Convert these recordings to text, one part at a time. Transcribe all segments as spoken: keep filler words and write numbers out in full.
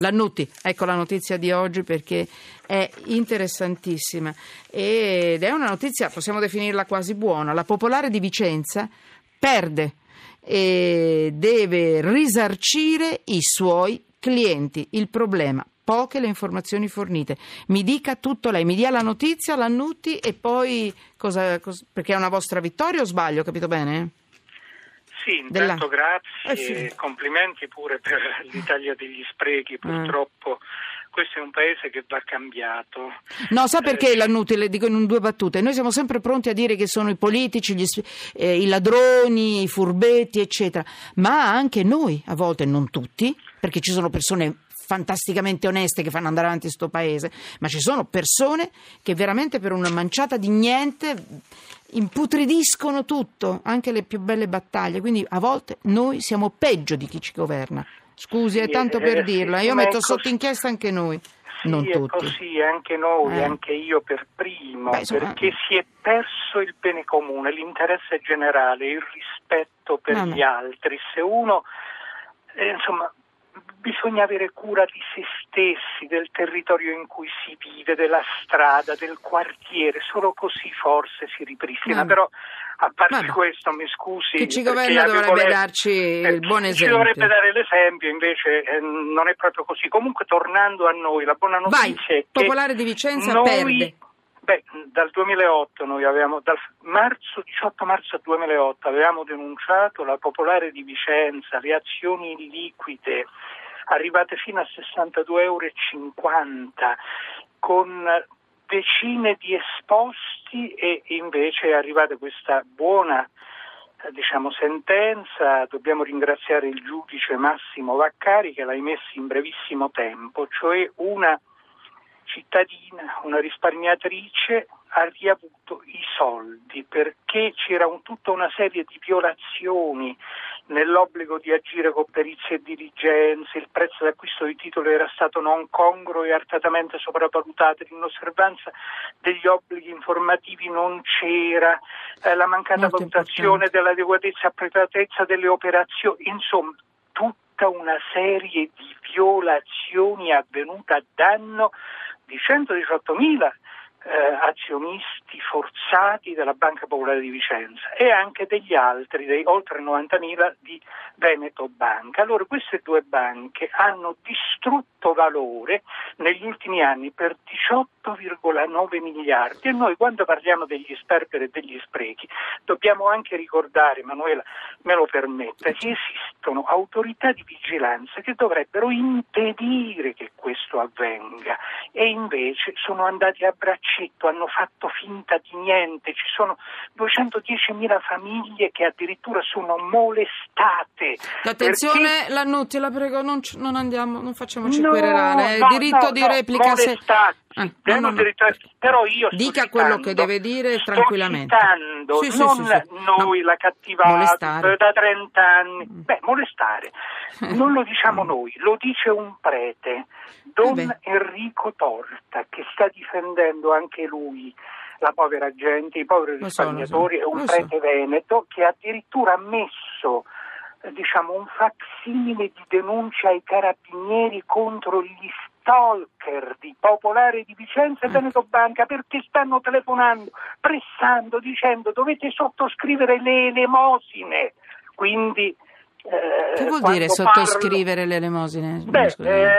Lannutti, ecco la notizia di oggi perché è interessantissima ed è una notizia, possiamo definirla quasi buona. La Popolare di Vicenza perde e deve risarcire i suoi clienti. Il problema, poche le informazioni fornite. Mi dica tutto lei, mi dia la notizia, Lannutti, e poi cosa, cosa perché è una vostra vittoria o sbaglio, capito bene? Sì, intanto Della... grazie eh e complimenti pure per l'Italia degli sprechi, purtroppo eh. questo è un paese che va cambiato. No, sa perché eh, Lannutti, le dico in due battute, noi siamo sempre pronti a dire che sono i politici, gli, eh, i ladroni, i furbetti eccetera, ma anche noi a volte, non tutti, perché ci sono persone fantasticamente oneste che fanno andare avanti questo paese, ma ci sono persone che veramente per una manciata di niente imputridiscono tutto, anche le più belle battaglie, quindi a volte noi siamo peggio di chi ci governa. Scusi, è tanto eh, per dirla, sì, io metto così, sotto inchiesta anche noi, sì, non è tutti. Così, anche noi, eh. anche io per primo, Beh, insomma, perché si è perso il bene comune, l'interesse generale, il rispetto per no, no. gli altri. Se uno, eh, insomma, bisogna avere cura di se stessi, del territorio in cui si vive, della strada, del quartiere, solo così forse si ripristina. No. Però a parte Vabbè. questo, mi scusi, chi ci governa dovrebbe letto, darci il buon esempio. Ci dovrebbe dare l'esempio, invece eh, non è proprio così. Comunque, tornando a noi, la buona notizia Vai, è che Popolare di Vicenza noi, perde. Beh, dal duemilaotto noi avevamo, dal marzo, diciotto marzo duemilaotto avevamo denunciato la Popolare di Vicenza, le azioni illiquide arrivate fino a sessantadue virgola cinquanta euro con decine di esposti, e invece è arrivata questa buona eh, diciamo sentenza. Dobbiamo ringraziare il giudice Massimo Vaccari che l'ha emessa in brevissimo tempo, cioè una cittadina, una risparmiatrice ha riavuto i soldi perché c'era un, tutta una serie di violazioni nell'obbligo di agire con perizie e diligenze, il prezzo d'acquisto di titoli era stato non congruo e artatamente sopravvalutato, l'inosservanza degli obblighi informativi non c'era, eh, la mancata Molto valutazione importante. dell'adeguatezza e appropriatezza delle operazioni, insomma tutta una serie di violazioni avvenute a danno di centodiciottomila eh, azionisti forzati della Banca Popolare di Vicenza e anche degli altri, dei oltre novantamila di Veneto Banca. Allora queste due banche hanno distrutto valore negli ultimi anni per diciotto virgola nove miliardi, e noi quando parliamo degli sperperi e degli sprechi dobbiamo anche ricordare, Manuela me lo permetta, che esistono autorità di vigilanza che dovrebbero impedire che questo avvenga e invece sono andati a braccetto, hanno fatto finta di niente. Ci sono duecentodiecimila famiglie che addirittura sono molestate. Attenzione, perché... Lannutti, la prego, non, ci, non andiamo, non facciamoci no, querelare. no, diritto no, di no, replica. Molestati. Se... Ah, no, no, no, diritto... Però io sto dica citando, quello che deve dire sto tranquillamente. Citando, sì, sì, non sì, sì. noi no. la cattivata molestare. da trent'anni. Beh, molestare. Non lo diciamo noi, lo dice un prete, Don eh Enrico Torta, che sta difendendo anche lui la povera gente, i poveri lo so, risparmiatori, lo so, è un lo prete so. veneto che addirittura ha messo eh, diciamo un facsimile di denuncia ai carabinieri contro gli stalker di Popolare di Vicenza e Veneto Banca, perché stanno telefonando, pressando, dicendo dovete sottoscrivere le elemosine. Quindi eh, che vuol dire parlo... sottoscrivere le elemosine? Beh,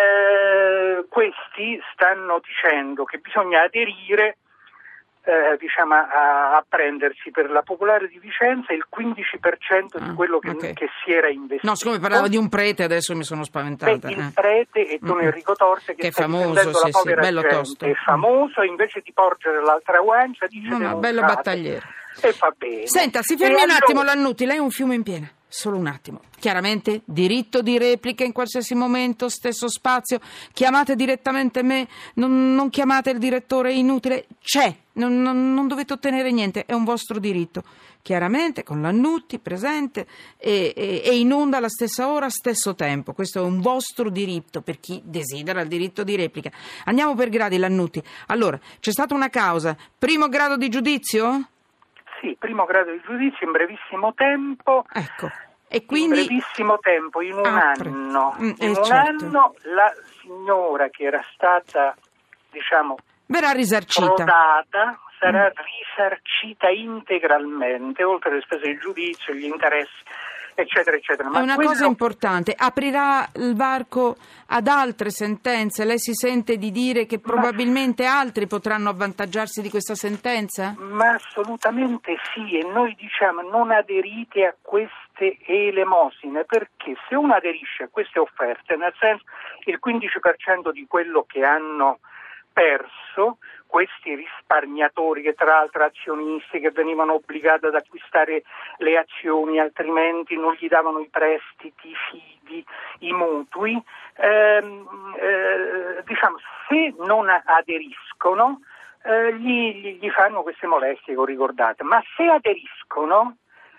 eh, questi stanno dicendo che bisogna aderire Eh, diciamo a, a prendersi per la Popolare di Vicenza il quindici per cento ah, di quello che, okay. che si era investito. No, siccome parlava di un prete adesso mi sono spaventata. Beh, il eh. prete e Don Enrico Torte che, che è sta famoso, difendendo sì, la povera sì, bello gente, tosto. è famoso, invece di porgere l'altra guancia dice no, no, bello denunciate. battagliere. E va bene. Senta, si fermi e un allora... attimo Lannutti, lei è un fiume in piena. Solo un attimo. Chiaramente diritto di replica in qualsiasi momento, stesso spazio, chiamate direttamente me, non, non chiamate il direttore, è inutile, c'è, non, non, non dovete ottenere niente, è un vostro diritto. Chiaramente con Lannutti presente e, e, e in onda alla stessa ora, stesso tempo. Questo è un vostro diritto per chi desidera il diritto di replica. Andiamo per gradi, Lannutti. Allora, c'è stata una causa, primo grado di giudizio? Sì, primo grado di giudizio in brevissimo tempo. Ecco. E quindi in brevissimo tempo, in un apre. anno, Mm, in eh, un certo. anno la signora che era stata, diciamo, verrà risarcita. frodata, sarà risarcita integralmente, oltre alle spese di giudizio, gli interessi, eccetera, eccetera. Ma è una quello... cosa importante, aprirà il varco ad altre sentenze? Lei si sente di dire che probabilmente ma... altri potranno avvantaggiarsi di questa sentenza? Ma assolutamente sì, e noi diciamo non aderite a queste elemosine, perché se uno aderisce a queste offerte, nel senso il quindici per cento di quello che hanno perso, questi risparmiatori che tra l'altro azionisti che venivano obbligati ad acquistare le azioni altrimenti non gli davano i prestiti, i fidi, i mutui, ehm, eh, diciamo se non aderiscono eh, gli, gli fanno queste molestie che ho ricordato, ma se aderiscono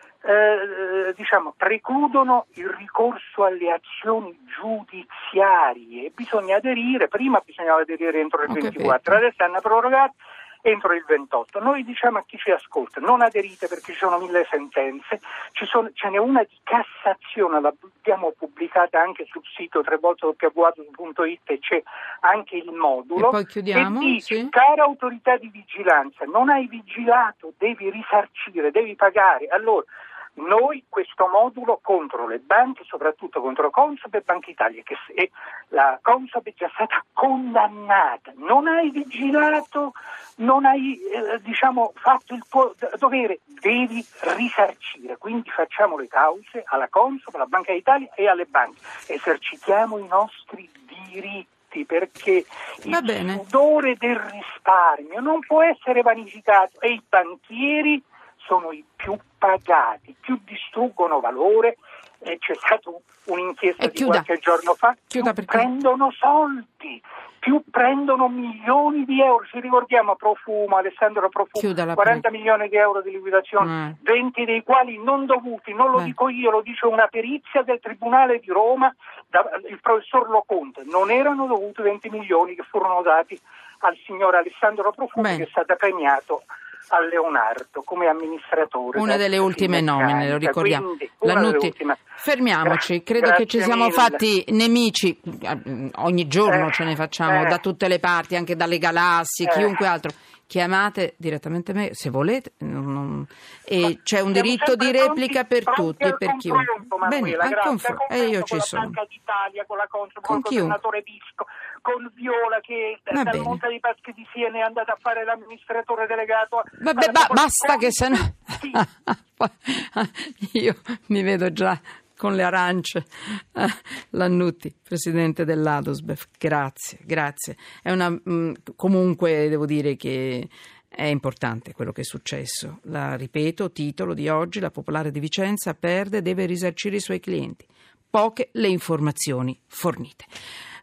Eh, diciamo precludono il ricorso alle azioni giudiziarie. Bisogna aderire, prima bisognava aderire entro il ventiquattro, adesso hanno prorogato entro il ventotto. Noi diciamo a chi ci ascolta: non aderite perché ci sono mille sentenze, ci sono, ce n'è una di Cassazione, l'abbiamo pubblicata anche sul sito w w w punto it e c'è anche il modulo, e poi chiudiamo, e dice: sì. Cara autorità di vigilanza, non hai vigilato, devi risarcire, devi pagare. Allora noi questo modulo contro le banche, soprattutto contro Consob e Banca Italia, che se la Consob è già stata condannata, non hai vigilato, non hai eh, diciamo fatto il tuo dovere, devi risarcire. Quindi facciamo le cause alla Consob, alla Banca d'Italia e alle banche, esercitiamo i nostri diritti, perché Va il bene. sudore del risparmio non può essere vanificato e i banchieri sono i più pagati, più distruggono valore. Eh, c'è stata un'inchiesta di qualche giorno fa, chiuda più perché... prendono soldi, più prendono milioni di euro. Ci ricordiamo Profumo, Alessandro Profumo, quaranta pre... milioni di euro di liquidazione, eh. venti dei quali non dovuti, non lo eh. dico io, lo dice una perizia del Tribunale di Roma, da, il professor Loconte, non erano dovuti venti milioni che furono dati al signor Alessandro Profumo, Bene. che è stato premiato a Leonardo come amministratore. Una delle ultime nomine, lo ricordiamo. Lannutti, fermiamoci, Gra- credo che ci siamo mille. fatti nemici, ogni giorno eh, ce ne facciamo eh, da tutte le parti, anche dalle galassie, eh, chiunque altro. Chiamate direttamente me se volete, non, e c'è un diritto di replica per tutti e per chiunque. Bene, al confronto, e io ci sono. Con la Banca d'Italia, con la Consob, con con il governatore Visco, con Viola che Va dal bene. Monte dei Paschi di Siena è andato a fare l'amministratore delegato. Vabbè, ba- basta che se no... Sì. Io mi vedo già con le arance. eh, Lannutti, presidente dell'Adusbef, grazie, grazie. È una mh, comunque devo dire che è importante quello che è successo. La ripeto, titolo di oggi: la Popolare di Vicenza perde, deve risarcire i suoi clienti. Poche le informazioni fornite.